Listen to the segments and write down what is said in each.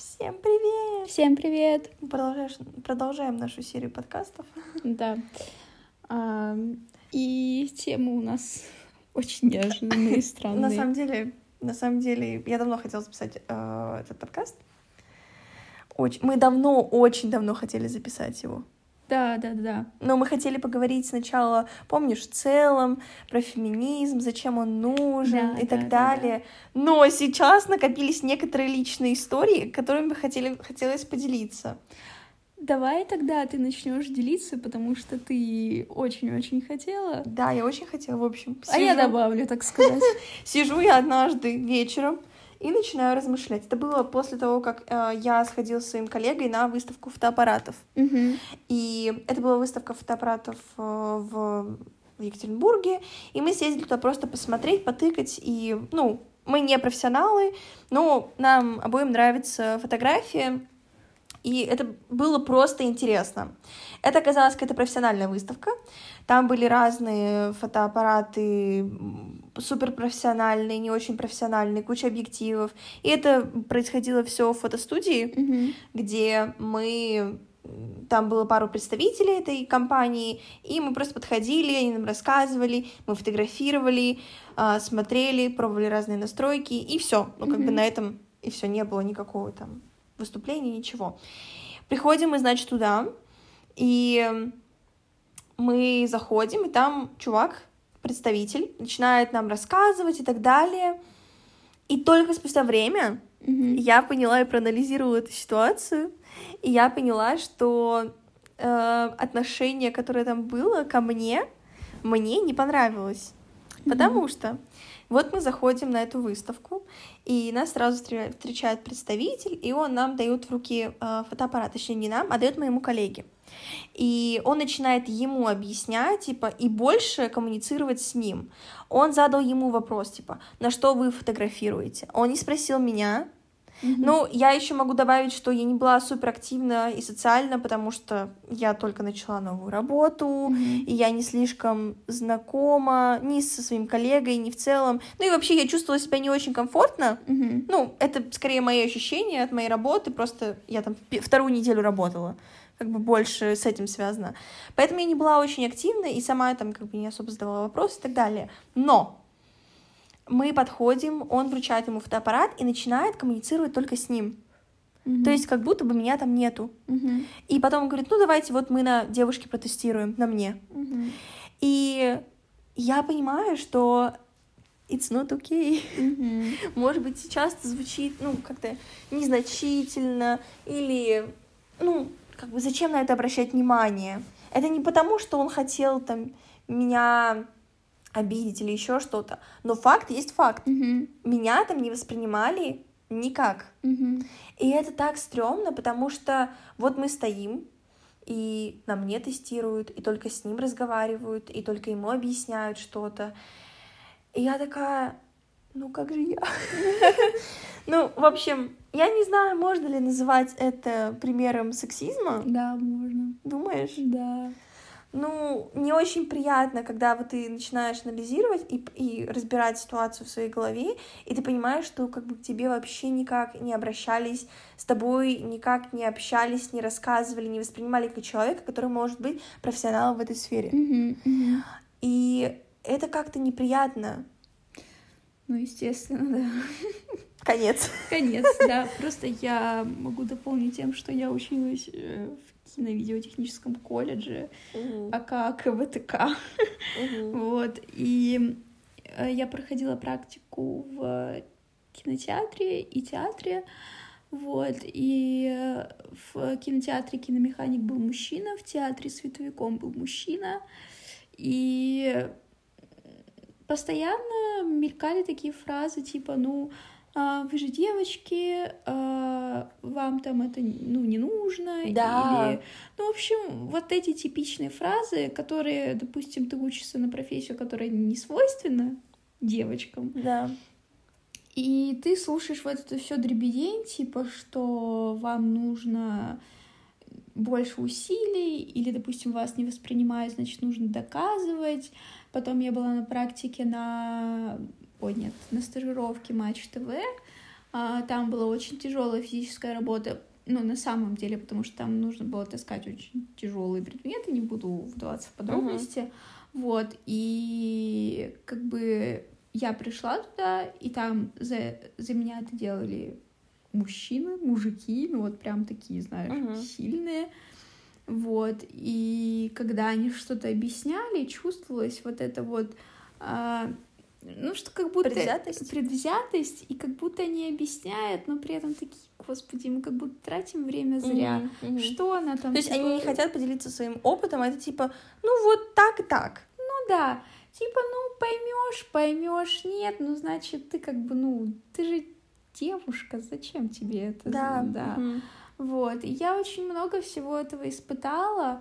Всем привет! Всем привет! Мы продолжаем нашу серию подкастов. Да. И темы у нас очень неожиданные и странные. На самом деле, я давно хотела записать этот подкаст. Мы очень давно хотели записать его. Да. Но мы хотели поговорить сначала, помнишь, в целом, про феминизм, зачем он нужен и так далее. Да. Но сейчас накопились некоторые личные истории, которыми хотелось поделиться. Давай тогда ты начнешь делиться, потому что ты очень-очень хотела. Да, я очень хотела, в общем. А я добавлю, так сказать. Сижу я однажды вечером и начинаю размышлять. Это было после того, как я сходила с своим коллегой на выставку фотоаппаратов. И это была выставка фотоаппаратов в Екатеринбурге. И мы съездили туда просто посмотреть, потыкать. И, мы не профессионалы, но нам обоим нравится фотография. И это было просто интересно. Это оказалась какая-то профессиональная выставка. Там были разные фотоаппараты, суперпрофессиональные, не очень профессиональные, куча объективов. И это происходило все в фотостудии, где там было пару представителей этой компании, и мы просто подходили, они нам рассказывали, мы фотографировали, смотрели, пробовали разные настройки, и все. На этом и все, не было никакого там выступления, ничего. Приходим мы, значит, туда, и мы заходим, и там чувак, представитель, начинает нам рассказывать и так далее. И только спустя время я поняла и проанализировала эту ситуацию, и я поняла, что отношение, которое там было ко мне не понравилось. Потому что вот мы заходим на эту выставку, и нас сразу встречает представитель, и он нам дает в руки фотоаппарат, точнее не нам, а дает моему коллеге. И он начинает ему объяснять, и больше коммуницировать с ним. Он задал ему вопрос, на что вы фотографируете? Он не спросил меня. Я еще могу добавить, что я не была суперактивна и социальна, потому что я только начала новую работу, и я не слишком знакома ни со своим коллегой, ни в целом. И вообще я чувствовала себя не очень комфортно. Это скорее мои ощущения от моей работы, просто я там вторую неделю работала. Больше с этим связано. Поэтому я не была очень активна, и сама там не особо задавала вопросы и так далее. Но мы подходим, он вручает ему фотоаппарат и начинает коммуницировать только с ним. То есть как будто бы меня там нету. И потом он говорит, давайте вот мы на девушке протестируем, на мне. И я понимаю, что it's not okay. Может быть, сейчас это звучит, как-то незначительно, или, зачем на это обращать внимание? Это не потому, что он хотел там меня обидеть или еще что-то. Но факт есть факт. Меня там не воспринимали никак. И это так стрёмно, потому что вот мы стоим, и на мне тестируют, и только с ним разговаривают, и только ему объясняют что-то. И я такая, как же я? В общем, я не знаю, можно ли называть это примером сексизма. Да, можно. Думаешь? Да. Не очень приятно, когда вот ты начинаешь анализировать и разбирать ситуацию в своей голове, и ты понимаешь, что к тебе вообще никак не обращались, с тобой никак не общались, не рассказывали, не воспринимали как человека, который может быть профессионалом в этой сфере. И это как-то неприятно. Естественно, да. Конец, да. Просто я могу дополнить тем, что я училась в киновидеотехническом колледже, АК КВТК. Вот. И я проходила практику в кинотеатре и театре. Вот. И в кинотеатре киномеханик был мужчина, в театре световиком был мужчина. И постоянно мелькали такие фразы, вы же девочки, вам там это, не нужно. Да. Или, в общем, вот эти типичные фразы, которые, допустим, ты учишься на профессию, которая не свойственна девочкам. Да. И ты слушаешь вот это все дребедень, что вам нужно больше усилий, или, допустим, вас не воспринимают, значит, нужно доказывать. Потом я была на практике на стажировке Матч ТВ, там была очень тяжелая физическая работа, ну, на самом деле, потому что там нужно было таскать очень тяжелые предметы, не буду вдаваться в подробности, вот, и как бы я пришла туда, и там за меня это делали мужчины, мужики, ну, вот прям такие, знаешь, сильные, вот, и когда они что-то объясняли, чувствовалось вот это вот, ну, что как будто... Предвзятость, и как будто они объясняют, но при этом такие, господи, мы как будто тратим время зря. Что она там... То есть они не хотят поделиться своим опытом, а это типа, ну, вот так и так. Ну, да. Типа, ну, поймешь, нет, ну, значит, ты как бы, ну, ты же девушка, зачем тебе это? Да. Вот, и я очень много всего этого испытала,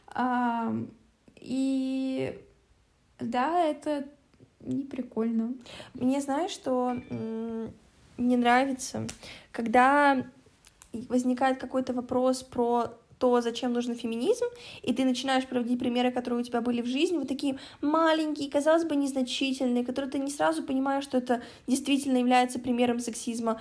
и да, это не прикольно. Мне, знаешь, что не нравится, когда возникает какой-то вопрос про то, зачем нужен феминизм, и ты начинаешь приводить примеры, которые у тебя были в жизни, вот такие маленькие, казалось бы, незначительные, которые ты не сразу понимаешь, что это действительно является примером сексизма.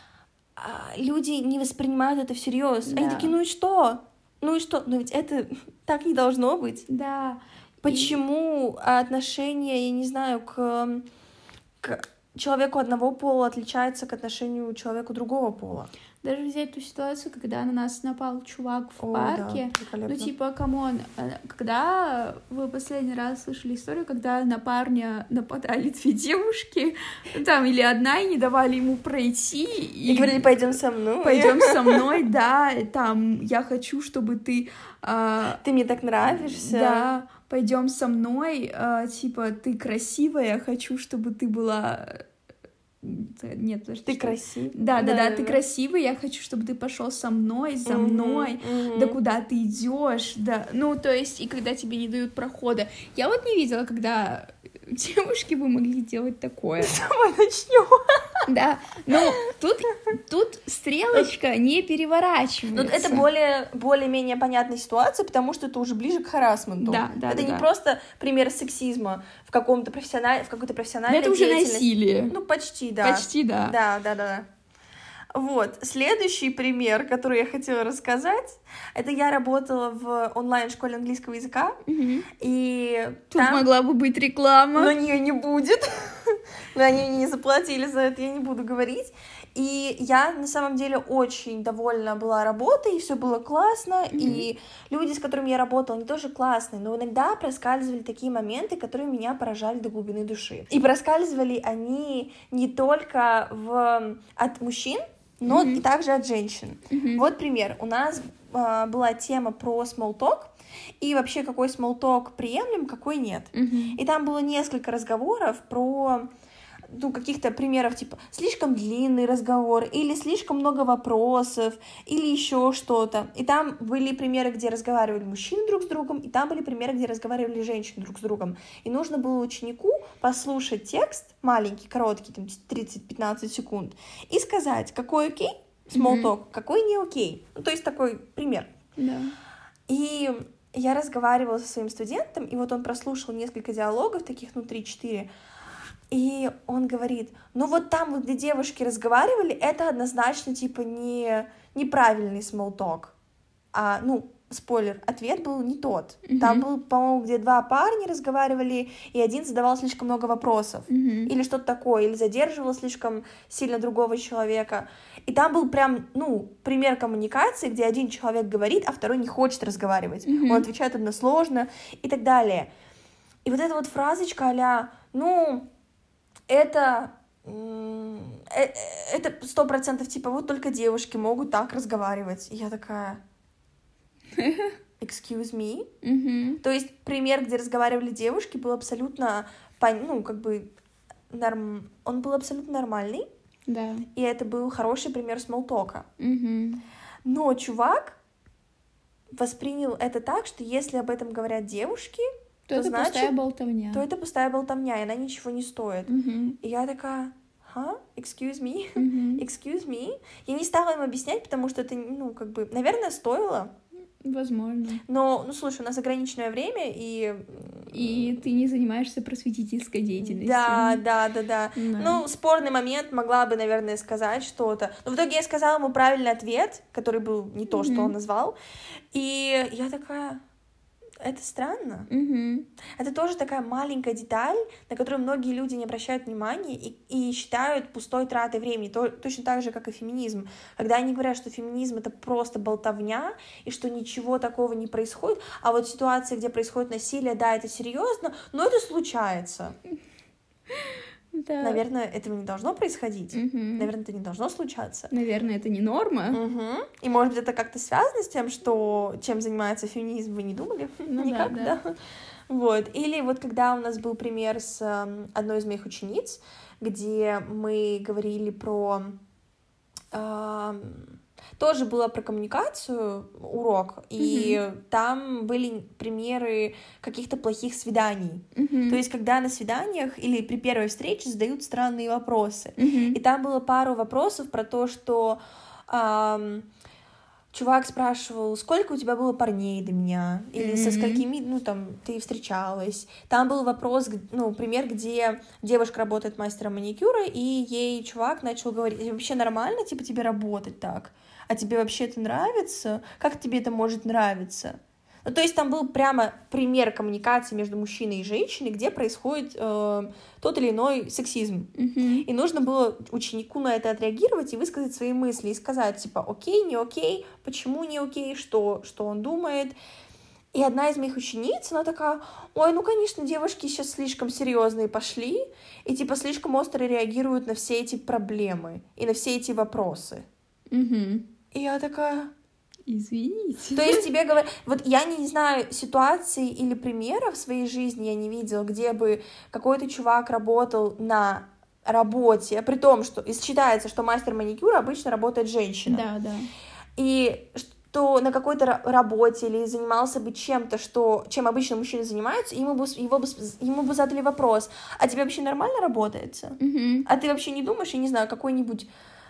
Люди не воспринимают это всерьез. Да. Они такие, ну и что? Ну и что? Но ведь это так не должно быть. Да. Почему отношение, я не знаю, к человеку одного пола отличается к отношению к человеку другого пола? Даже взять ту ситуацию, когда на нас напал чувак в парке. Да, ну, типа, камон, когда вы последний раз слышали историю, когда на парня нападали 2 девушки, там, или одна, и не давали ему пройти. И говорили, пойдем со мной. Пойдем со мной, да, там, я хочу, чтобы ты... Ты мне так нравишься. Да, пойдем со мной, типа, ты красивая, я хочу, чтобы ты была... Нет, подожди. Ты красивый. Да, ты красивый, я хочу, чтобы ты пошел со мной, за мной, да куда ты идешь, да. Ну, то есть, и когда тебе не дают прохода. Я вот не видела, когда девушки бы могли делать такое. Давай начнем. Да, но тут стрелочка не переворачивается. Но это более-менее понятная ситуация, потому что это уже ближе к харассменту. Да. Это не просто пример сексизма в какой-то профессиональной это уже насилие. Ну, почти, да. Почти, да. Да. Вот, следующий пример, который я хотела рассказать, это я работала в онлайн-школе английского языка, и тут там... могла бы быть реклама. Но не будет, но они мне не заплатили за это, я не буду говорить. И я, на самом деле, очень довольна была работой, и все было классно, и люди, с которыми я работала, они тоже классные, но иногда проскальзывали такие моменты, которые меня поражали до глубины души. И проскальзывали они не только от мужчин, но и также от женщин. Вот пример. У нас была тема про small talk, и вообще какой small talk приемлем, какой нет. И там было несколько разговоров про... ну, каких-то примеров, типа, слишком длинный разговор, или слишком много вопросов, или еще что-то. И там были примеры, где разговаривали мужчины друг с другом, и там были примеры, где разговаривали женщины друг с другом. И нужно было ученику послушать текст, маленький, короткий, там, 30-15 секунд, и сказать, какой окей, small talk, какой не окей. Ну, то есть такой пример. Да. И я разговаривала со своим студентом, и вот он прослушал несколько диалогов, таких, 3-4, и он говорит, ну вот там, вот, где девушки разговаривали, это однозначно, типа, неправильный small talk. Спойлер, ответ был не тот. Там был, по-моему, где 2 парня разговаривали, и один задавал слишком много вопросов. Или что-то такое, или задерживал слишком сильно другого человека. И там был прям, пример коммуникации, где один человек говорит, а второй не хочет разговаривать. Он отвечает односложно и так далее. И вот эта вот фразочка а-ля, это 100% типа вот только девушки могут так разговаривать. И я такая... Excuse me? То есть пример, где разговаривали девушки, был абсолютно... он был абсолютно нормальный. Да. И это был хороший пример смолтока. Но чувак воспринял это так, что если об этом говорят девушки... То это значит, пустая болтовня. То это пустая болтовня, и она ничего не стоит. И я такая, excuse me, excuse me. Я не стала им объяснять, потому что это, наверное, стоило, Возможно. Но, ну, слушай, у нас ограниченное время, И ты не занимаешься просветительской деятельностью. Да. Ну, спорный момент, могла бы, наверное, сказать что-то. Но в итоге я сказала ему правильный ответ, который был не то, что он назвал. И я такая... Это странно. Это тоже такая маленькая деталь, на которую многие люди не обращают внимания и считают пустой тратой времени. Точно так же, как и феминизм. Когда они говорят, что феминизм — это просто болтовня, и что ничего такого не происходит, а вот ситуации, где происходит насилие, да, это серьезно, но это случается. Да. Наверное, этого не должно происходить. Наверное, это не должно случаться. Наверное, это не норма. И, может быть, это как-то связано с тем, что чем занимается феминизм, вы не думали? Ну, никак, да. Вот. Или вот когда у нас был пример с одной из моих учениц, где мы говорили про... Тоже было про коммуникацию урок, и там были примеры каких-то плохих свиданий. То есть, когда на свиданиях или при первой встрече задают странные вопросы. И там было пару вопросов про то, что чувак спрашивал, сколько у тебя было парней до меня, или со сколькими, ну, там, ты встречалась. Там был вопрос, ну, пример, где девушка работает мастером маникюра, и ей чувак начал говорить, вообще нормально, типа, тебе работать так? А тебе вообще это нравится? Как тебе это может нравиться? Ну, то есть там был прямо пример коммуникации между мужчиной и женщиной, где происходит тот или иной сексизм. И нужно было ученику на это отреагировать и высказать свои мысли, и сказать, типа, окей, не окей, почему не окей, что он думает. И одна из моих учениц, она такая, ой, ну, конечно, девушки сейчас слишком серьезные пошли, и, типа, слишком остро реагируют на все эти проблемы и на все эти вопросы. И я такая... Извините. То есть тебе говорят... Вот я не знаю ситуации или примеров в своей жизни, я не видела, где бы какой-то чувак работал на работе, при том, что считается, что мастер маникюра обычно работает женщина. Да. И что на какой-то работе или занимался бы чем-то, чем обычно мужчины занимаются, ему бы задали вопрос, а тебе вообще нормально работается? А ты вообще не думаешь, я не знаю, какой-нибудь...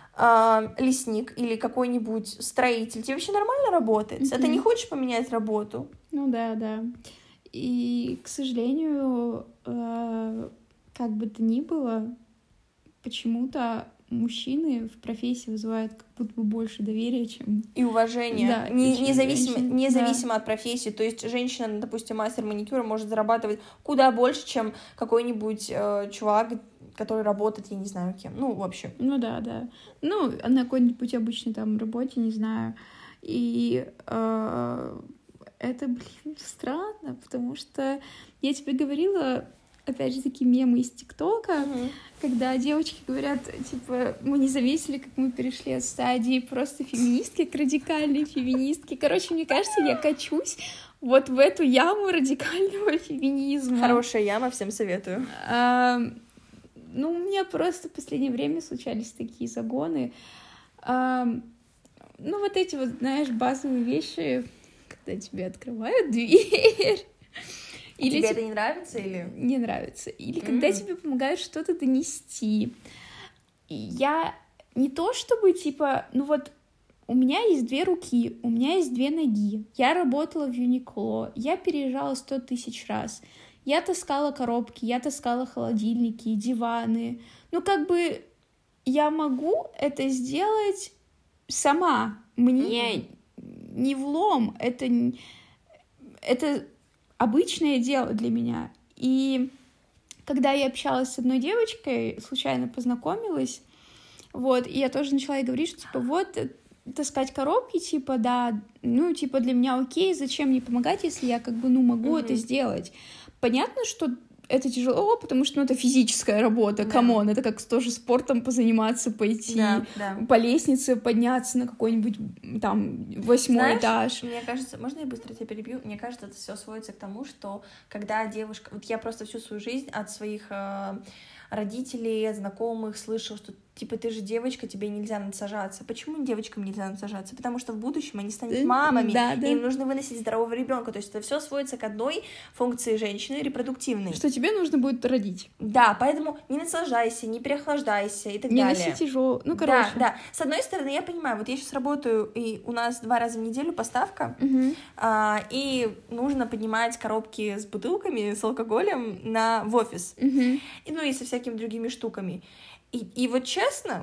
лесник или какой-нибудь строитель, тебе вообще нормально работает? А ты не хочешь поменять работу? Ну да. И, к сожалению, как бы то ни было, почему-то мужчины в профессии вызывают как будто бы больше доверия, чем... И уважения. Да, независимо от профессии. То есть женщина, допустим, мастер маникюра может зарабатывать куда больше, чем какой-нибудь чувак, который работает, я не знаю кем. Ну, в общем. Ну, да. Ну, на какой-нибудь обычной там работе, не знаю. И это, странно, потому что я тебе говорила, опять же, такие мемы из ТикТока, когда девочки говорят, типа, мы не заметили, как мы перешли от стадии просто феминистки к радикальной феминистке. Короче, мне кажется, я качусь вот в эту яму радикального феминизма. Хорошая яма, всем советую. Ну, у меня просто в последнее время случались такие загоны. Ну, вот эти вот, знаешь, базовые вещи, когда тебе открывают дверь. Или тебе это не нравится? Или не нравится. Или когда тебе помогают что-то донести. И я не то чтобы, типа, ну вот, у меня есть 2 руки, у меня есть 2 ноги. Я работала в Uniqlo, я переезжала 100 000 раз. Я таскала коробки, я таскала холодильники, диваны. Ну, как бы я могу это сделать сама. Мне не влом. Это обычное дело для меня. И когда я общалась с одной девочкой, случайно познакомилась, вот, и я тоже начала ей говорить, что, типа, вот, таскать коробки, типа, да, ну, типа, для меня окей, зачем мне помогать, если я, как бы, ну, могу это сделать. Понятно, что это тяжело, потому что, ну, это физическая работа, камон, это как тоже спортом позаниматься, пойти по лестнице, подняться на какой-нибудь там 8-й этаж. Мне кажется, можно я быстро тебя перебью? Мне кажется, это все сводится к тому, что когда девушка... Вот я просто всю свою жизнь от своих родителей, от знакомых слышала, что типа, ты же девочка, тебе нельзя надсажаться. Почему девочкам нельзя надсажаться? Потому что в будущем они станут мамами, и им нужно выносить здорового ребенка. То есть это все сводится к одной функции женщины, репродуктивной. Что тебе нужно будет родить. Да, поэтому не насажайся, не переохлаждайся и так далее. Не носи тяжело. Ну, короче. Да. С одной стороны, я понимаю, вот я сейчас работаю, и у нас 2 раза в неделю поставка, и нужно поднимать коробки с бутылками, с алкоголем в офис. Ну, и со всякими другими штуками. И вот честно,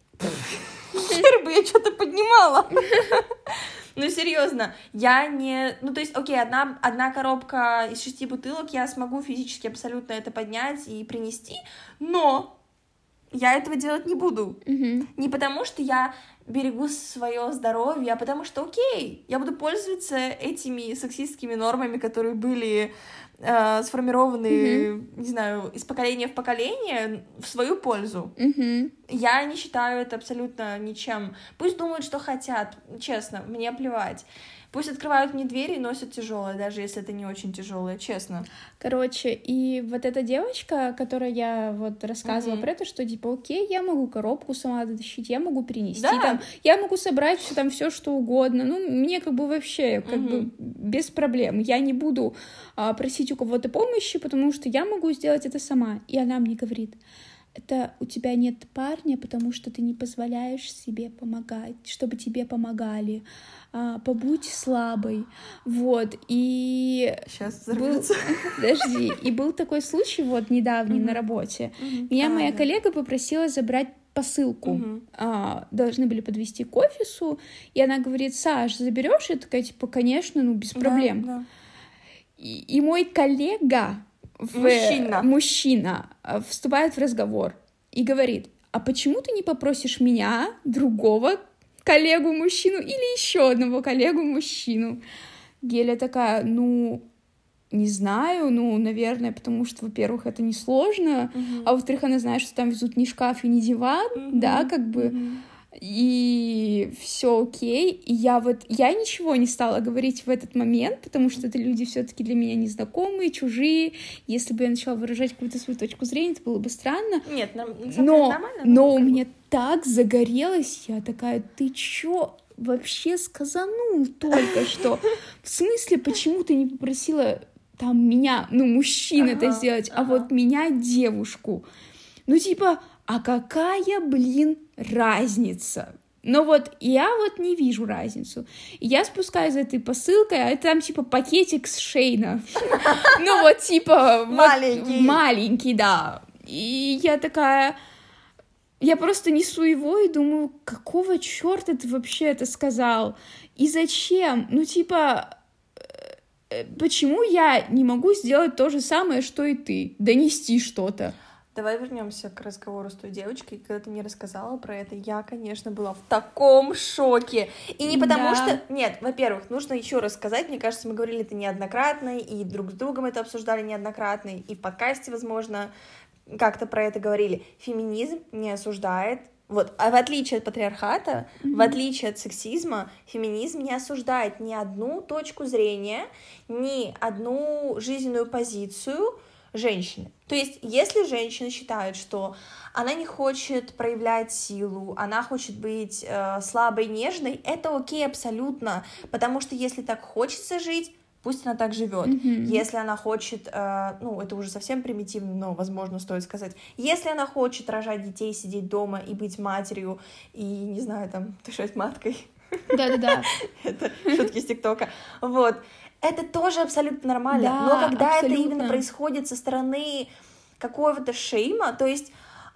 хер бы я что-то поднимала. Ну, серьезно, я не... Ну, то есть, окей, одна коробка из 6 бутылок, я смогу физически абсолютно это поднять и принести, но я этого делать не буду. Не потому, что я берегу свое здоровье, а потому что, окей, я буду пользоваться этими сексистскими нормами, которые были сформированы, не знаю, из поколения в поколение в свою пользу. Я не считаю это абсолютно ничем. Пусть думают, что хотят, честно, мне плевать. Пусть открывают мне двери и носят тяжелое, даже если это не очень тяжелое, честно. Короче, и вот эта девочка, которой я вот рассказывала про это, что типа, окей, я могу коробку сама дотащить, я могу принести, там, я могу собрать все что угодно, ну, мне как бы вообще, как бы без проблем. Я не буду просить у кого-то помощи, потому что я могу сделать это сама. И она мне говорит: это у тебя нет парня, потому что ты не позволяешь себе помогать, чтобы тебе помогали. Побудь слабой. Вот. И сейчас Подожди. И был такой случай вот недавний на работе. Меня моя коллега попросила забрать посылку. Должны были подвезти к офису. И она говорит: Саш, заберешь? Я такая, типа, конечно, ну, без проблем. Да. И мой коллега, мужчина, вступает в разговор и говорит: а почему ты не попросишь меня, другого коллегу-мужчину или еще одного коллегу-мужчину? Геля такая: ну, не знаю, ну, наверное, потому что, во-первых, это несложно, а во-вторых, она знает, что там везут не шкаф и не диван, да, как бы... И все окей. И я ничего не стала говорить в этот момент, потому что это люди все-таки для меня незнакомые, чужие. Если бы я начала выражать какую-то свою точку зрения, это было бы странно. Нет, нормально. Но у меня так загорелось, я такая: ты чё вообще сказанул только что? В смысле, почему ты не попросила там меня, ну, мужчин это сделать, а вот меня, девушку? Ну, типа, а какая, блин, разница? Но вот я вот не вижу разницу. И я спускаюсь за этой посылкой, а это там типа пакетик с Шейна. Ну вот типа... Маленький, да. И я такая... Я просто несу его и думаю: какого черта ты вообще это сказал? И зачем? Ну типа... Почему я не могу сделать то же самое, что и ты? Донести что-то? Давай вернемся к разговору с той девочкой. Когда ты мне рассказала про это, я, конечно, была в таком шоке. И не потому что... Нет, во-первых, нужно еще раз сказать, мне кажется, мы говорили это неоднократно, и друг с другом это обсуждали неоднократно, и в подкасте, возможно, как-то про это говорили. Феминизм не осуждает... Вот, а в отличие от патриархата, в отличие от сексизма, феминизм не осуждает ни одну точку зрения, ни одну жизненную позицию женщины. То есть, если женщина считает, что она не хочет проявлять силу, она хочет быть слабой, нежной, это окей абсолютно, потому что если так хочется жить, пусть она так живет. Если она хочет, ну, это уже совсем примитивно, но, возможно, стоит сказать, если она хочет рожать детей, сидеть дома и быть матерью, и, не знаю, там, дышать маткой. Да-да-да. Это шутки с ТикТока. Вот. Это тоже абсолютно нормально. Да, но когда это именно происходит со стороны какого-то шейма, то есть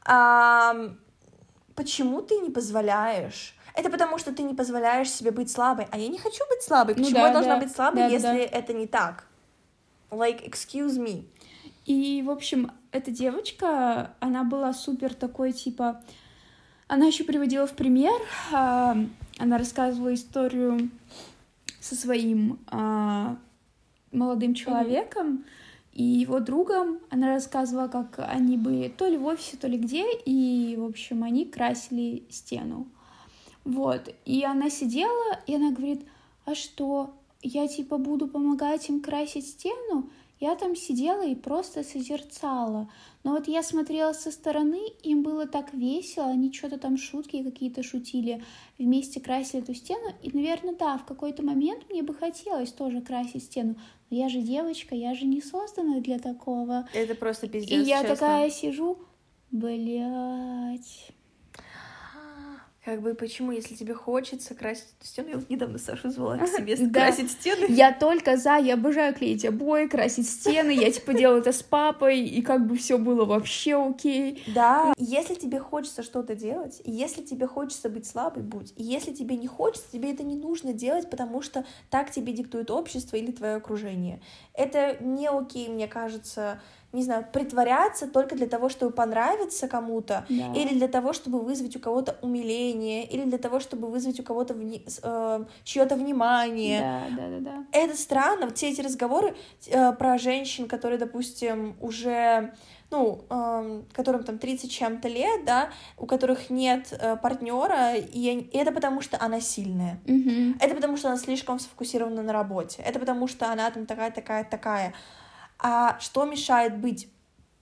почему ты не позволяешь? Это потому, что ты не позволяешь себе быть слабой. А я не хочу быть слабой. Почему я должна быть слабой, если это не так? Like, excuse me. И, в общем, эта девочка, она была супер такой, типа... Она еще приводила в пример, она рассказывала историю со своим молодым человеком и его другом. Она рассказывала, как они были то ли в офисе, то ли где, и, в общем, они красили стену. Вот, и она сидела, и она говорит: а что, я, типа, буду помогать им красить стену? Я там сидела и просто созерцала. Но вот я смотрела со стороны, им было так весело, они что-то там шутки какие-то шутили, вместе красили эту стену. И, наверное, да, в какой-то момент мне бы хотелось тоже красить стену. Но я же девочка, я же не создана для такого. Это просто пиздец, И я честно. такая сижу, блять. Как бы почему, если тебе хочется красить эту стену, я вот недавно Сашу звала к себе красить стены. Я только за, я обожаю клеить обои, красить стены, я типа делала это с папой, и как бы все было вообще окей. Да, если тебе хочется что-то делать, и если тебе хочется быть слабой, будь. И если тебе не хочется, тебе это не нужно делать, потому что так тебе диктует общество или твое окружение. Это не окей, мне кажется, не знаю, притворяться только для того, чтобы понравиться кому-то, Да. или для того, чтобы вызвать у кого-то умиление, или для того, чтобы вызвать у кого-то чье-то внимание. Да. Это странно, вот все эти разговоры про женщин, которые, допустим, уже, которым там 30 чем-то лет, да, у которых нет партнера, и это потому, что она сильная. Угу. Это потому, что она слишком сфокусирована на работе. Это потому, что она там такая. А что мешает быть,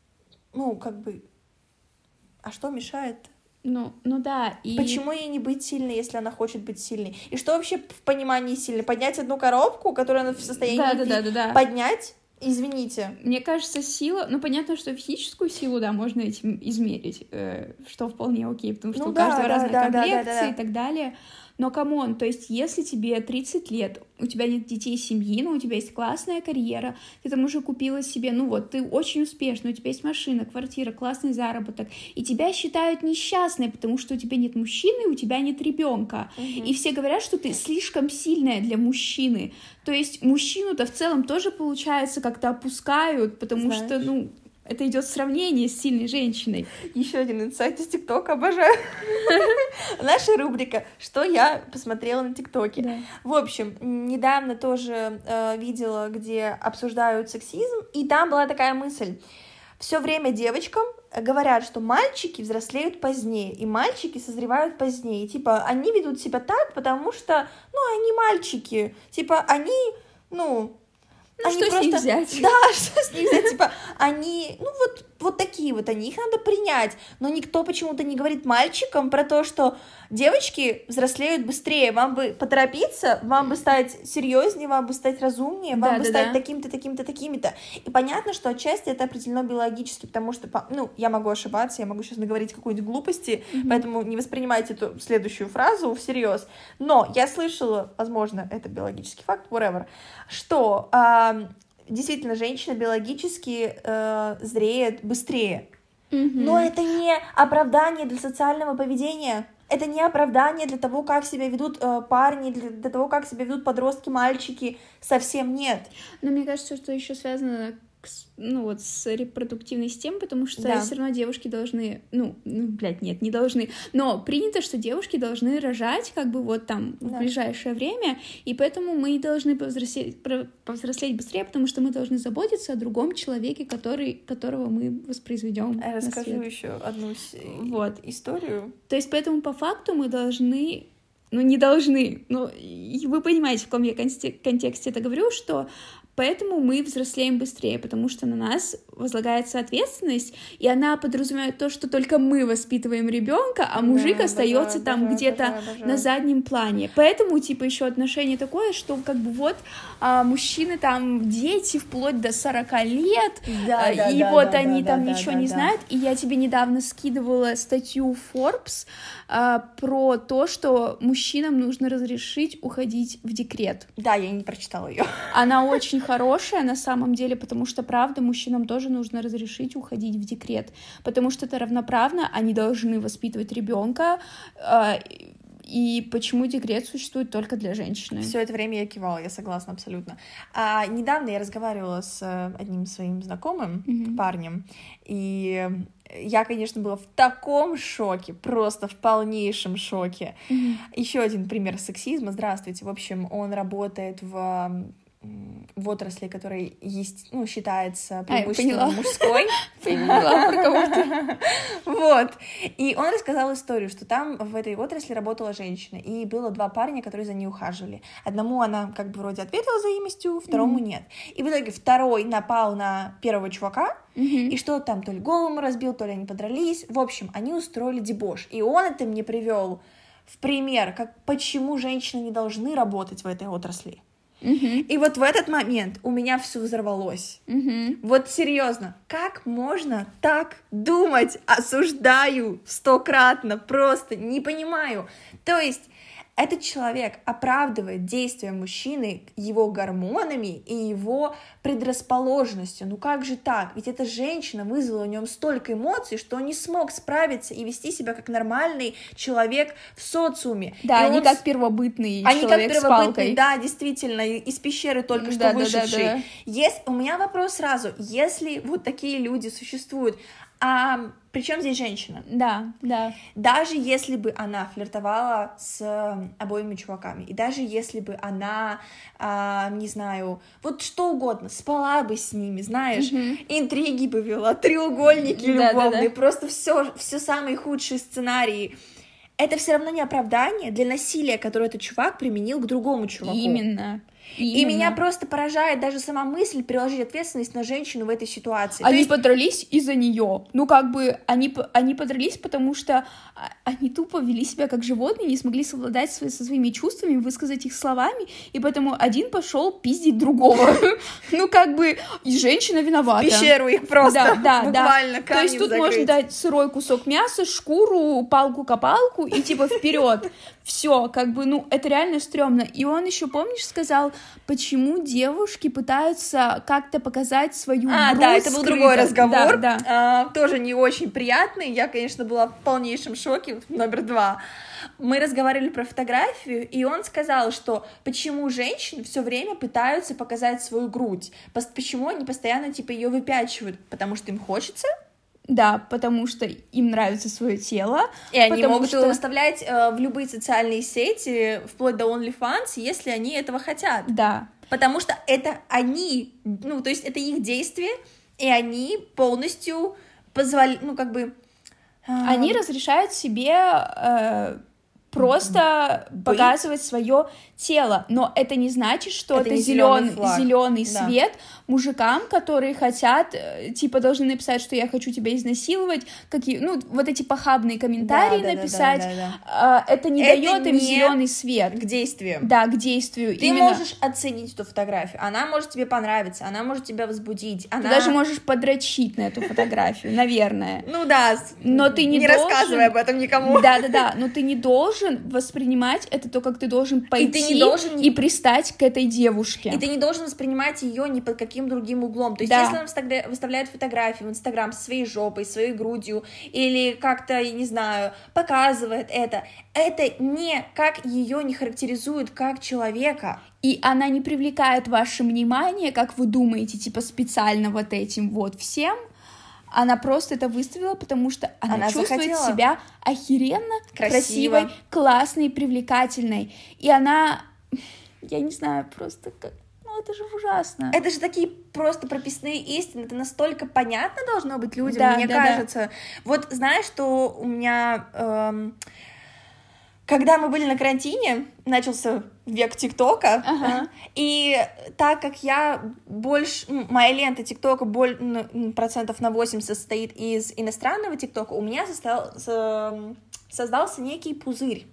а что мешает? Ну да, и... Почему ей не быть сильной, если она хочет быть сильной? И что вообще в понимании сильной? Поднять одну коробку, которую она в состоянии Да. поднять? Извините. Мне кажется, сила... Ну, понятно, что физическую силу, да, можно этим измерить, что вполне окей, потому что у каждого разные комплекции и так далее. Но, камон, то есть, если тебе 30 лет, у тебя нет детей, семьи, но у тебя есть классная карьера, ты там уже купила себе, ты очень успешна, у тебя есть машина, квартира, классный заработок, и тебя считают несчастной, потому что у тебя нет мужчины, у тебя нет ребенка. И все говорят, что ты слишком сильная для мужчины. То есть, мужчину-то в целом тоже, получается, как-то опускают, потому что, это идет сравнение с сильной женщиной. Еще один инсайт из ТикТока, обожаю. Наша рубрика «Что я посмотрела на ТикТоке». Да. В общем, недавно тоже видела, где обсуждают сексизм, и там была такая мысль. Все время девочкам говорят, что мальчики взрослеют позднее, и мальчики созревают позднее. И, типа, они ведут себя так, потому что, они мальчики. Типа, они, они что просто... с них взять? Да, что с них взять? Типа, они, вот такие вот они, их надо принять. Но никто почему-то не говорит мальчикам про то, что девочки взрослеют быстрее. Вам бы поторопиться, вам бы стать серьезнее, вам бы стать разумнее, вам бы стать таким-то, таким-то, такими-то. И понятно, что отчасти это определено биологически, потому что, я могу ошибаться, я могу сейчас наговорить какой-нибудь глупости, поэтому не воспринимайте эту следующую фразу всерьез. Но я слышала, возможно, это биологический факт, whatever, что действительно женщина биологически зреет быстрее. Но это не оправдание для социального поведения. Это не оправдание для того, как себя ведут парни, для того, как себя ведут подростки, мальчики. Совсем нет. Но мне кажется, что еще связано с репродуктивной системой, потому что все равно девушки должны, не должны, но принято, что девушки должны рожать в ближайшее время, и поэтому мы должны повзрослеть быстрее, потому что мы должны заботиться о другом человеке, которого мы воспроизведем. Я расскажу еще одну историю. То есть поэтому по факту мы должны, не должны, вы понимаете, в каком я контексте это говорю, что поэтому мы взрослеем быстрее, потому что на нас возлагается ответственность, и она подразумевает то, что только мы воспитываем ребенка, а мужик остается там где-то на заднем плане. Поэтому, еще отношение такое, что мужчины там дети вплоть до 40 лет, они ничего не знают. И я тебе недавно скидывала статью Forbes про то, что мужчинам нужно разрешить уходить в декрет. Да, я не прочитала ее. Она очень хорошая на самом деле, потому что, правда, мужчинам тоже нужно разрешить уходить в декрет, потому что это равноправно, они должны воспитывать ребенка, и почему декрет существует только для женщины. Все это время я кивала, я согласна абсолютно. Недавно я разговаривала с одним своим знакомым парнем, и я, конечно, была в таком шоке, просто в полнейшем шоке. Еще один пример сексизма. Здравствуйте. В общем, он работает в в отрасли, которая есть, ну, считается преимущественно мужской. Поняла, про кого ты. Вот. И он рассказал историю, что там в этой отрасли работала женщина, и было 2 парня, которые за ней ухаживали. Одному она как бы вроде ответила взаимностью, второму нет. И в итоге второй напал на первого чувака, и что там, то ли голову разбил, то ли они подрались. В общем, они устроили дебош. И он это мне привел в пример, как почему женщины не должны работать в этой отрасли. И вот в этот момент у меня все взорвалось. Вот серьезно, как можно так думать? Осуждаю 100-кратно, просто не понимаю. То есть этот человек оправдывает действия мужчины его гормонами и его предрасположенностью. Ну как же так? Ведь эта женщина вызвала в нем столько эмоций, что он не смог справиться и вести себя как нормальный человек в социуме. Да, не как первобытный человек с палкой. Да, действительно, из пещеры только что вышедший. Да. У меня вопрос сразу. Если вот такие люди существуют, причем здесь женщина? Да. Даже если бы она флиртовала с обоими чуваками, и даже если бы она, не знаю, вот что угодно, спала бы с ними, знаешь, интриги бы вела, треугольники любовные, просто все самые худшие сценарии. Это все равно не оправдание для насилия, которое этот чувак применил к другому чуваку. Именно. И меня просто поражает даже сама мысль переложить ответственность на женщину в этой ситуации. Они подрались из-за нее. Ну, как бы, они подрались, потому что они тупо вели себя как животные, не смогли совладать со своими чувствами, высказать их словами, и поэтому один пошел пиздить другого. Ну, как бы, и женщина виновата. В пещеру их просто буквально камнем закрыть. То есть тут можно дать сырой кусок мяса, шкуру, палку-копалку и типа вперед. Все, как бы, ну, это реально стрёмно. И он еще, помнишь, сказал, почему девушки пытаются как-то показать свою грудь да, это был другой разговор, да. Тоже не очень приятный. Я, конечно, была в полнейшем шоке, номер 2. Мы разговаривали про фотографию, и он сказал, что почему женщины все время пытаются показать свою грудь, почему они постоянно, типа, ее выпячивают, потому что им хочется. Да, потому что им нравится свое тело. И они могут его выставлять в любые социальные сети, вплоть до OnlyFans, если они этого хотят. Да. Потому что это они, ну, то есть это их действия, и они полностью позволяют, ну, как бы... Они разрешают себе просто показывать свое тело, но это не значит, что это зеленый свет мужикам, которые хотят, типа, должны написать, что я хочу тебя изнасиловать, вот эти похабные комментарии написать. Это не дает им зеленый свет. К действию. Да, к действию. Ты можешь оценить эту фотографию, она может тебе понравиться, она может тебя возбудить. Ты даже можешь подрочить на эту фотографию, наверное. Ну да, но ты не рассказывай об этом никому. Да, но ты не должен воспринимать это то, как ты должен пойти и пристать к этой девушке. И ты не должен воспринимать ее ни под каким другим углом. То есть, если она выставляет фотографии в Инстаграм со своей жопой, своей грудью, или как-то, я не знаю, показывает это никак ее не характеризует как человека. И она не привлекает ваше внимание, как вы думаете, типа специально вот этим вот всем. Она просто это выставила, потому что она чувствует себя охеренно красивой, классной, привлекательной. И она, я не знаю, просто как... Ну, это же ужасно. Это же такие просто прописные истины. Это настолько понятно должно быть людям, мне кажется. Да. Вот знаешь, что у меня... Когда мы были на карантине, начался век ТикТока, и так как моя лента ТикТока процентов на 80 состоит из иностранного ТикТока, у меня создался некий пузырь.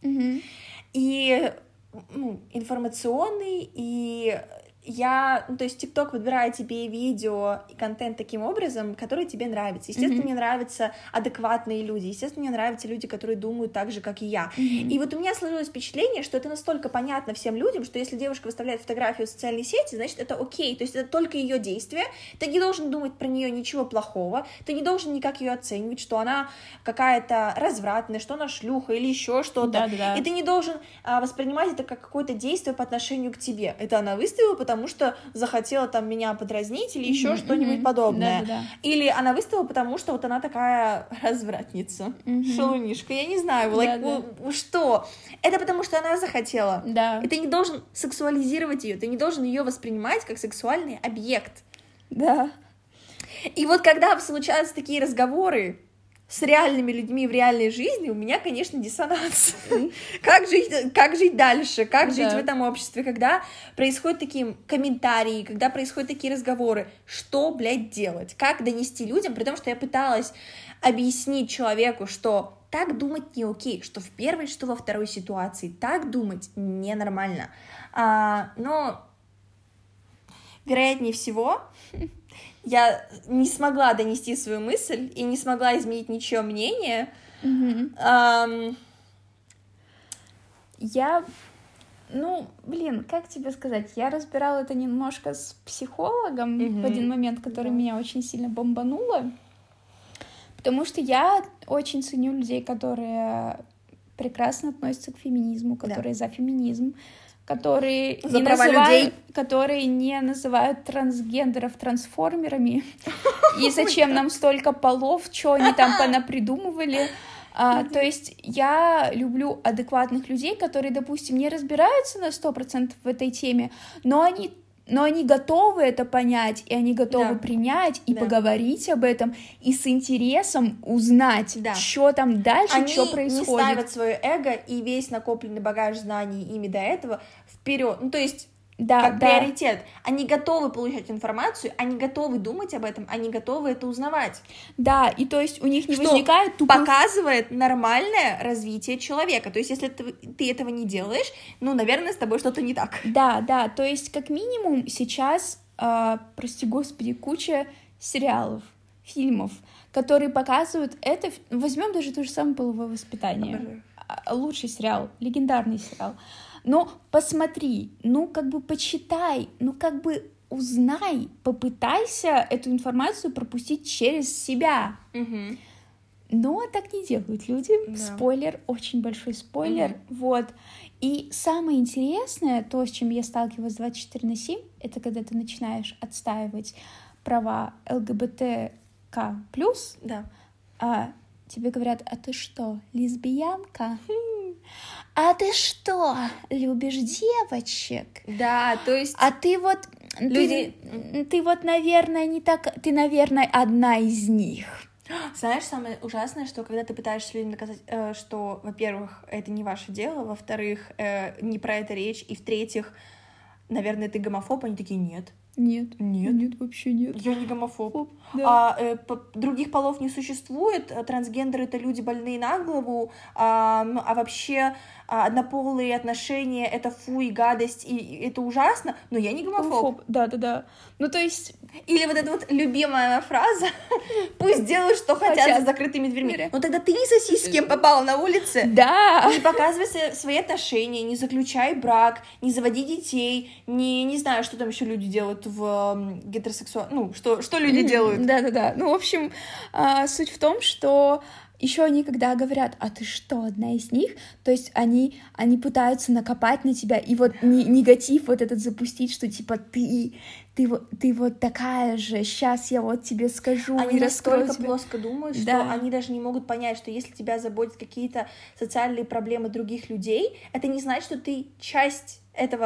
И информационный, и то есть ТикТок выбирает тебе видео и контент таким образом, который тебе нравится. Естественно, мне нравятся адекватные люди, естественно, мне нравятся люди, которые думают так же, как и я. И вот у меня сложилось впечатление, что это настолько понятно всем людям, что если девушка выставляет фотографию в социальной сети, значит, это окей, то есть это только ее действие, ты не должен думать про нее ничего плохого, ты не должен никак ее оценивать, что она какая-то развратная, что она шлюха или еще что-то, и ты не должен воспринимать это как какое-то действие по отношению к тебе. Это она выставила, потому потому что захотела там меня подразнить или еще что-нибудь подобное. Или она выставила, потому что вот она такая развратница, шалунишка, я не знаю, что? Это потому что она захотела. И ты не должен сексуализировать ее, ты не должен ее воспринимать как сексуальный объект. И вот когда случаются такие разговоры с реальными людьми в реальной жизни, у меня, конечно, диссонанс. Как жить дальше? Как жить в этом обществе? Когда происходят такие комментарии, когда происходят такие разговоры, что, блядь, делать? Как донести людям? При том, что я пыталась объяснить человеку, что так думать не окей, что в первой, что во второй ситуации так думать ненормально. Но, вероятнее всего, я не смогла донести свою мысль и не смогла изменить ничье мнение. Как тебе сказать? Я разбирала это немножко с психологом в один момент, который меня очень сильно бомбануло. Потому что я очень ценю людей, которые прекрасно относятся к феминизму, которые за феминизм, которые не называют трансгендеров трансформерами. И зачем нам столько полов, что они там понапридумывали. То есть я люблю адекватных людей, которые, допустим, не разбираются на 100% в этой теме, но они готовы это понять, и они готовы принять и поговорить об этом, и с интересом узнать, что там дальше, что происходит. Они не ставят свое эго и весь накопленный багаж знаний ими до этого вперед. Ну, то есть, как приоритет. Они готовы получать информацию, они готовы думать об этом, они готовы это узнавать. Да, и то есть у них не возникает тупых... показывает нормальное развитие человека. То есть, если ты этого не делаешь, наверное, с тобой что-то не так. Да, то есть, как минимум, сейчас, прости господи, куча сериалов, фильмов, которые показывают это... Возьмем даже то же самое половое воспитание. Лучший сериал, легендарный сериал. Но посмотри, почитай, узнай, попытайся эту информацию пропустить через себя. Но так не делают люди. Спойлер, очень большой спойлер. Вот. И самое интересное, то, с чем я сталкивалась 24/7, это когда ты начинаешь отстаивать права ЛГБТК+, тебе говорят: а ты что, лесбиянка? А ты что, любишь девочек? Да, то есть... А ты вот... Люди... Ты вот, наверное, не так... Ты, наверное, одна из них. Знаешь, самое ужасное, что когда ты пытаешься людям доказать, что, во-первых, это не ваше дело, во-вторых, не про это речь, и в-третьих, наверное, ты гомофоб, они такие: нет. Нет, вообще нет. Я не гомофоб. Других полов не существует, трансгендеры — это люди больные на голову, а вообще однополые отношения — это фу и гадость, и это ужасно, но я не гомофоб. Да. То есть... Или вот эта вот любимая фраза: пусть делают, что хотят, за закрытыми дверьми. Но тогда ты не соси, с кем попала на улице. Да. Не показывай свои отношения, не заключай брак, не заводи детей, не знаю, что там еще люди делают в гетеросексуальном... что люди делают. Да. В общем, суть в том, что еще они, когда говорят: а ты что, одна из них, то есть они пытаются накопать на тебя и вот негатив вот этот запустить, что типа ты вот такая же, сейчас я вот тебе скажу. Они настолько плоско думают, что они даже не могут понять, что если тебя заботят какие-то социальные проблемы других людей, это не значит, что ты часть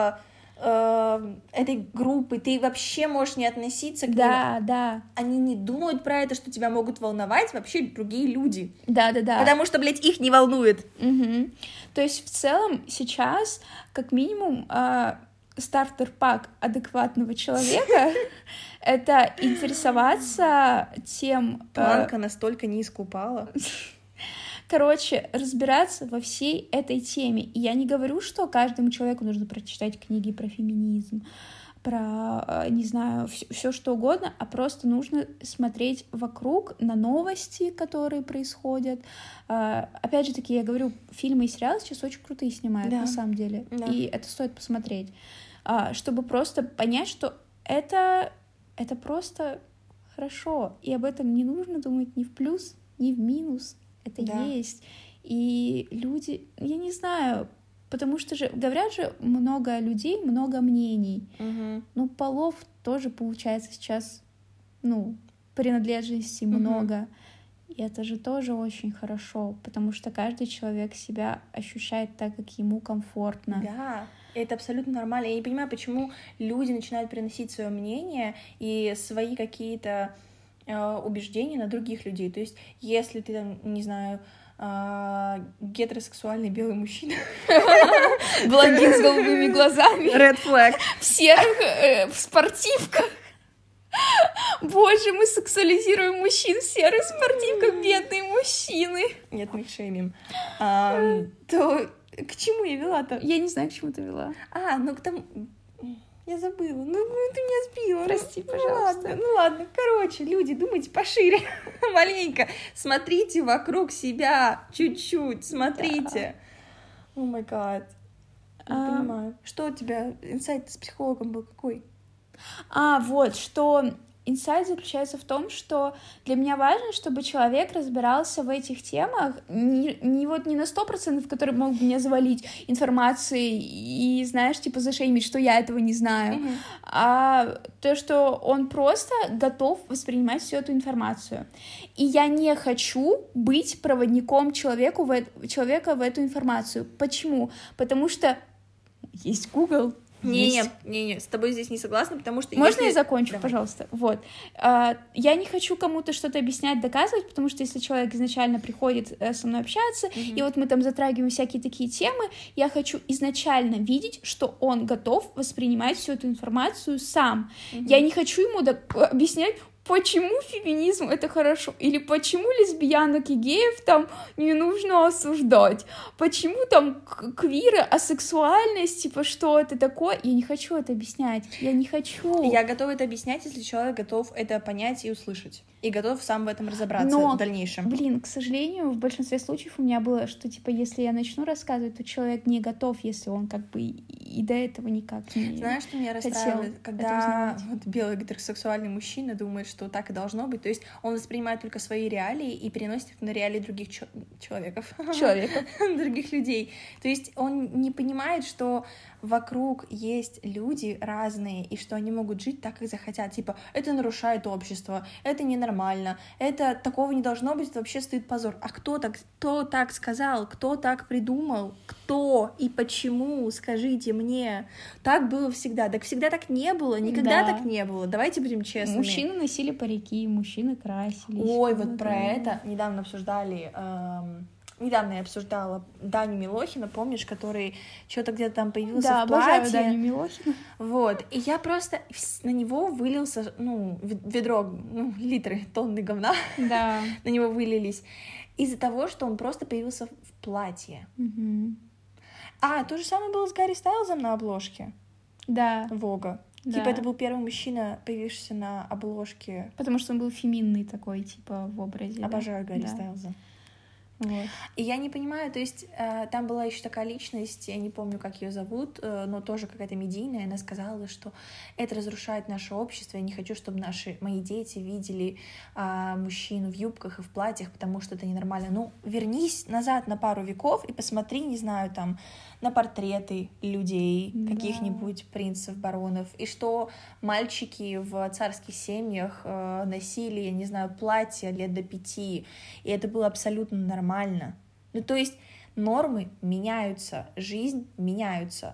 этой группы, ты вообще можешь не относиться к ним. Да. Они не думают про это, что тебя могут волновать вообще другие люди. Да. Потому что, блядь, их не волнует. То есть в целом сейчас, как минимум, стартер-пак адекватного человека — это интересоваться тем... Планка настолько низко упала. Короче, разбираться во всей этой теме. И я не говорю, что каждому человеку нужно прочитать книги про феминизм, про, не знаю, все что угодно, а просто нужно смотреть вокруг на новости, которые происходят. Опять же таки, я говорю, фильмы и сериалы сейчас очень крутые снимают, на самом деле. И это стоит посмотреть, чтобы просто понять, что это просто хорошо, и об этом не нужно думать ни в плюс, ни в минус. Это есть. И люди, я не знаю, Потому что же, говорят же, много людей, много мнений. Угу. Ну, полов тоже, получается, сейчас, ну, принадлежностей много. И это же тоже очень хорошо, потому что каждый человек себя ощущает так, как ему комфортно. Да, это абсолютно нормально. Я не понимаю, почему люди начинают приносить свое мнение и свои какие-то убеждения на других людей. То есть, если ты там, не знаю, гетеросексуальный белый мужчина. Блондин с голубыми глазами. Red flag. В серых в спортивках. Боже, мы сексуализируем мужчин в серых спортивках, бедные мужчины. Нет, мы их шеймим. То к чему я вела-то? Я не знаю, к чему ты вела. Ну к тому... Я забыла. Ну, ты меня сбила. Прости, пожалуйста. Ну ладно. Короче, люди, думайте пошире. Маленько. Смотрите вокруг себя. Чуть-чуть. Смотрите. О май гад. Не понимаю. Что у тебя инсайт с психологом был какой? Вот, что инсайт заключается в том, что для меня важно, чтобы человек разбирался в этих темах не на 100%, который мог бы меня завалить информацией и, знаешь, типа зашеймить, что я этого не знаю, а то, что он просто готов воспринимать всю эту информацию. И я не хочу быть проводником человека в эту информацию. Почему? Потому что есть Google. Не, с тобой здесь не согласна, потому что... Можно я закончу, пожалуйста? Вот. Я не хочу кому-то что-то объяснять, доказывать, потому что если человек изначально приходит со мной общаться, и вот мы там затрагиваем всякие такие темы, я хочу изначально видеть, что он готов воспринимать всю эту информацию сам. Я не хочу ему объяснять, почему феминизм — это хорошо, или почему лесбиянок и геев там не нужно осуждать, почему там квиры, асексуальность, типа, что это такое, я не хочу это объяснять, я не хочу. Я готова это объяснять, если человек готов это понять и услышать, и готов сам в этом разобраться в дальнейшем. Блин, к сожалению, в большинстве случаев у меня было, что, типа, если я начну рассказывать, то человек не готов, если он как бы и до этого никак не... Знаешь, что меня расстраивает? Когда вот белый гетеросексуальный мужчина думает, что так и должно быть, то есть он воспринимает только свои реалии и переносит их на реалии других человеков, других людей. То есть он не понимает, что вокруг есть люди разные, и что они могут жить так, как захотят. Типа, это нарушает общество, это ненормально, это такого не должно быть, это вообще стыд, позор. А кто так сказал, кто так придумал, кто и почему, скажите мне. Так было всегда. Так всегда так не было, никогда так не было. Давайте будем честными. Мужчины носили парики, мужчины красились. Ой, вот про это недавно обсуждали... Недавно я обсуждала Даню Милохина, помнишь, который что-то где-то там появился в платье. Да, обожаю Даню Милохина. Вот, и я просто на него вылился, ведро, литры, тонны говна на него вылились из-за того, что он просто появился в платье. То же самое было с Гарри Стайлзом на обложке. Да. Вога. Да. Типа это был первый мужчина, появившийся на обложке. Потому что он был феминный такой, типа, в образе. Обожаю Гарри Стайлза. Вот. И я не понимаю, то есть там была еще такая личность, я не помню, как ее зовут, но тоже какая-то медийная, она сказала, что это разрушает наше общество, я не хочу, чтобы мои дети видели мужчину в юбках и в платьях, потому что это ненормально. Вернись назад на пару веков и посмотри, не знаю, там, на портреты людей, каких-нибудь принцев, баронов, и что мальчики в царских семьях носили, я не знаю, платья лет до 5, и это было абсолютно нормально. То есть нормы меняются, жизнь меняется,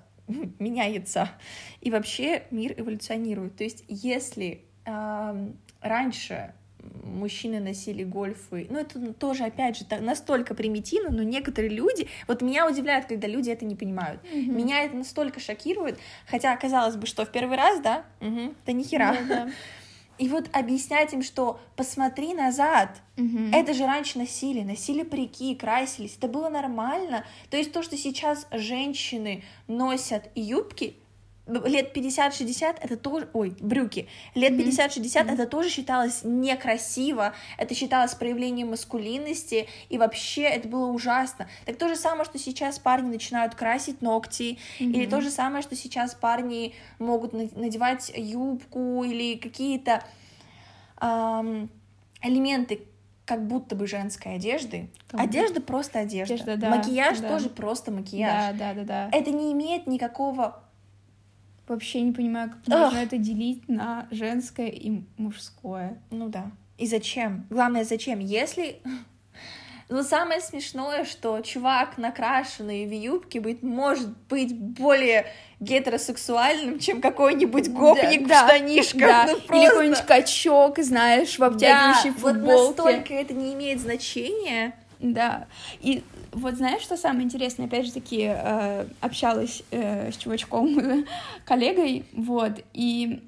и вообще мир эволюционирует. То есть если раньше мужчины носили гольфы, это тоже, опять же, настолько примитивно, но некоторые люди, вот меня удивляет, когда люди это не понимают. Меня это настолько шокирует, хотя казалось бы, что в первый раз, да? Да нихера. Да. И вот объяснять им, что посмотри назад, это же раньше носили парики, красились, это было нормально. То есть то, что сейчас женщины носят юбки, лет 50-60 это тоже... брюки. Лет 50-60 это тоже считалось некрасиво, это считалось проявлением маскулинности, и вообще это было ужасно. Так то же самое, что сейчас парни начинают красить ногти, или то же самое, что сейчас парни могут надевать юбку или какие-то элементы как будто бы женской одежды. Одежда просто одежда. Да, макияж тоже просто макияж. Да. Это не имеет никакого... Вообще не понимаю, как можно это делить на женское и мужское. Ну да. И зачем? Главное, зачем? Если... Ну, самое смешное, что чувак, накрашенный в юбке, может быть более гетеросексуальным, чем какой-нибудь гопник в штанишках. Да. Ну, просто... Или какой-нибудь качок, знаешь, в обтягивающей футболке. Вот настолько это не имеет значения. Да. И вот знаешь, что самое интересное? Опять же таки, общалась с чувачком, коллегой, вот, и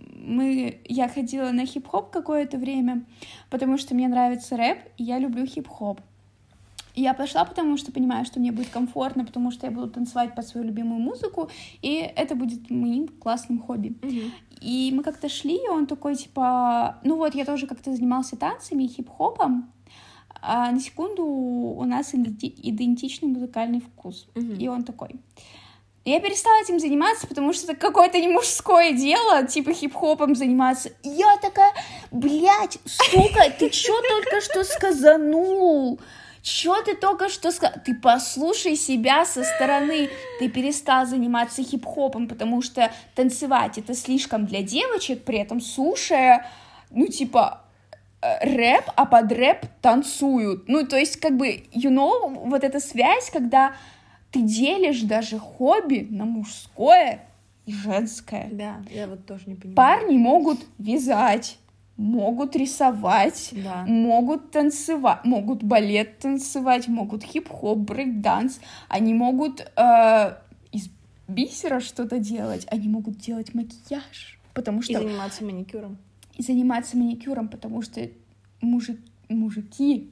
я ходила на хип-хоп какое-то время, потому что мне нравится рэп, и я люблю хип-хоп. И я пошла, потому что понимаю, что мне будет комфортно, потому что я буду танцевать под свою любимую музыку, и это будет моим классным хобби. И мы как-то шли, и он такой, типа, ну вот, я тоже как-то занимался танцами и хип-хопом, а на секунду у нас идентичный музыкальный вкус. И он такой... Я перестала этим заниматься, потому что это какое-то не мужское дело, типа хип-хопом заниматься. И я такая, блядь, сука, ты чё только что сказанул? Чё ты только что сказал? Ты послушай себя со стороны. Ты перестал заниматься хип-хопом, потому что танцевать это слишком для девочек, при этом слушая, ну, типа, рэп, а под рэп танцуют. Ну, то есть, как бы, вот эта связь, когда ты делишь даже хобби на мужское и женское. Да, я вот тоже не понимаю. Парни могут вязать, могут рисовать, могут танцевать, могут балет танцевать, могут хип-хоп, брейк-данс, они могут из бисера что-то делать, они могут делать макияж, потому что... И заниматься маникюром. И заниматься маникюром, потому что мужики...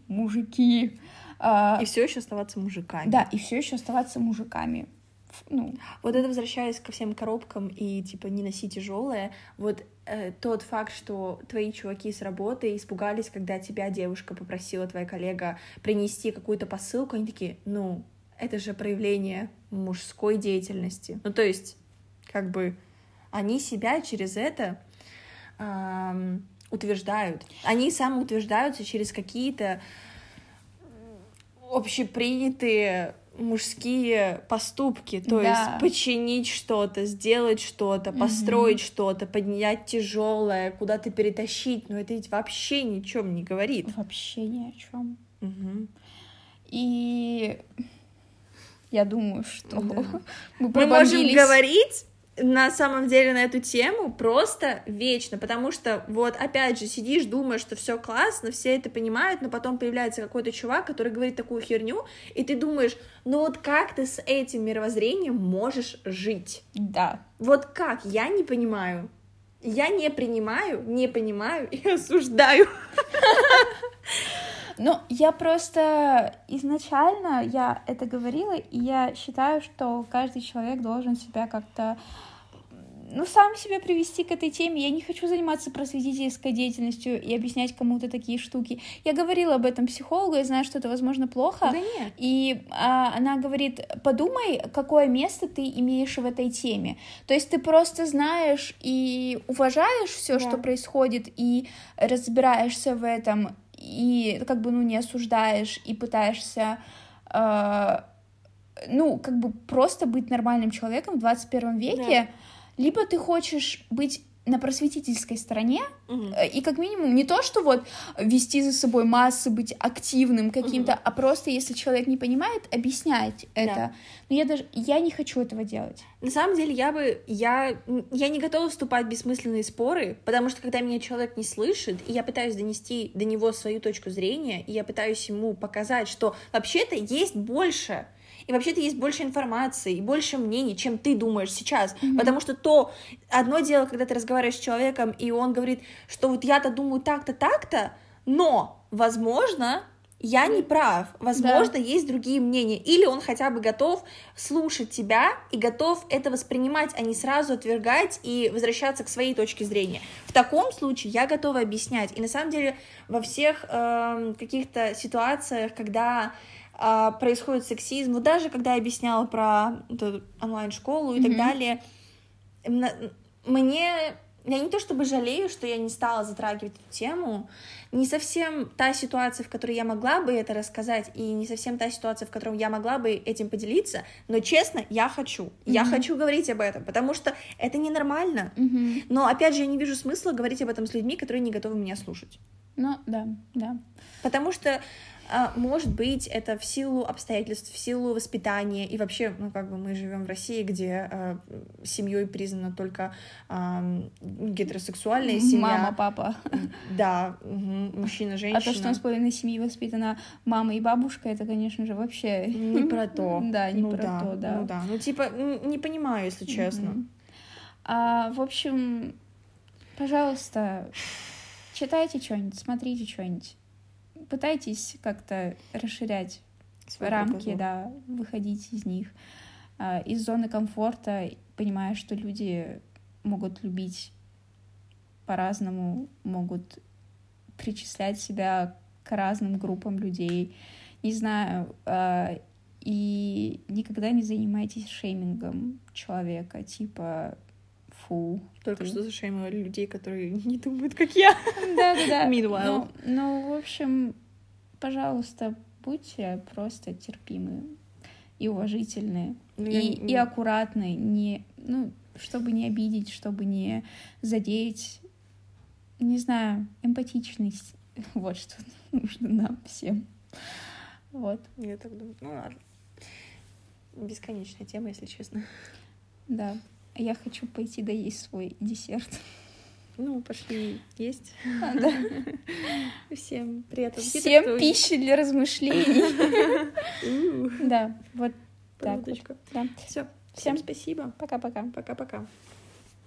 И все еще оставаться мужиками. Да, и все еще оставаться мужиками. Ну. Вот это, возвращаясь ко всем коробкам и, типа, не носи тяжелое, вот тот факт, что твои чуваки с работы испугались, когда тебя девушка попросила, твоя коллега, принести какую-то посылку, они такие, ну, это же проявление мужской деятельности. Ну, то есть, как бы, они себя через это утверждают. Они самоутверждаются через какие-то общепринятые мужские поступки, то есть починить что-то, сделать что-то, построить что-то, поднять тяжелое, куда-то перетащить, но это ведь вообще ни о чем не говорит. Вообще ни о чем. И я думаю, что мы можем говорить на самом деле на эту тему просто вечно, потому что вот опять же сидишь, думаешь, что все классно, все это понимают, но потом появляется какой-то чувак, который говорит такую херню, и ты думаешь, ну вот как ты с этим мировоззрением можешь жить? Да. Вот как? Я не понимаю. Я не принимаю, не понимаю и осуждаю. Ну, я просто изначально, я это говорила, и я считаю, что каждый человек должен себя как-то, ну, сам себя привести к этой теме. Я не хочу заниматься просветительской деятельностью и объяснять кому-то такие штуки. Я говорила об этом психологу, я знаю, что это, возможно, плохо. Да нет. И она говорит, подумай, какое место ты имеешь в этой теме. То есть ты просто знаешь и уважаешь все, что происходит, и разбираешься в этом, и как бы, ну, не осуждаешь, и пытаешься, ну, как бы просто быть нормальным человеком в 21 веке, либо ты хочешь быть на просветительской стороне, и как минимум не то, что вот вести за собой массы, быть активным каким-то, а просто, если человек не понимает, объяснять это. Но я не хочу этого делать. На самом деле, я не готова вступать в бессмысленные споры, потому что когда меня человек не слышит, и я пытаюсь донести до него свою точку зрения, и я пытаюсь ему показать, что вообще-то есть больше, и вообще-то есть больше информации и больше мнений, чем ты думаешь сейчас. Потому что то одно дело, когда ты разговариваешь с человеком, и он говорит, что вот я-то думаю так-то, так-то, но, возможно, я не прав, возможно, есть другие мнения. Или он хотя бы готов слушать тебя и готов это воспринимать, а не сразу отвергать и возвращаться к своей точке зрения. В таком случае я готова объяснять. И на самом деле во всех каких-то ситуациях, когда происходит сексизм, вот даже когда я объясняла про онлайн-школу и так далее, мне Я не то чтобы жалею, что я не стала затрагивать эту тему, не совсем та ситуация, в которой я могла бы это рассказать, и не совсем та ситуация, в которой я могла бы этим поделиться, но, честно, я хочу. Я хочу говорить об этом, потому что это ненормально. Но, опять же, я не вижу смысла говорить об этом с людьми, которые не готовы меня слушать. Ну, да. Потому что, может быть, это в силу обстоятельств, в силу воспитания, и вообще, мы живем в России, где семьей признана только гетеросексуальная семья. Мама, папа. Да, мужчина, женщина. А то, что у нас половина семьи воспитана мама и бабушка, это, конечно же, вообще... Не про то. Да, не про то, да. Не понимаю, если честно. В общем, пожалуйста, читайте что-нибудь, смотрите что-нибудь. Пытайтесь как-то расширять свои рамки, да, выходить из них, из зоны комфорта, понимая, что люди могут любить по-разному, могут причислять себя к разным группам людей, не знаю, и никогда не занимайтесь шеймингом человека, типа фу. Только что зашеймила людей, которые не думают, как я. Да. Meanwhile. Ну, в общем, пожалуйста, будьте просто терпимы и уважительны, и аккуратны, чтобы не обидеть, чтобы не задеть, не знаю, эмпатичность. Вот что нужно нам всем. Вот. Я так думаю. Ну ладно. Бесконечная тема, если честно. Да. Я хочу пойти доесть свой десерт. Ну, пошли есть. Да. Всем приятного аппетита. Всем пищи для размышлений. Да, вот так вот. Да. Все. Всем спасибо. Пока-пока. Пока-пока.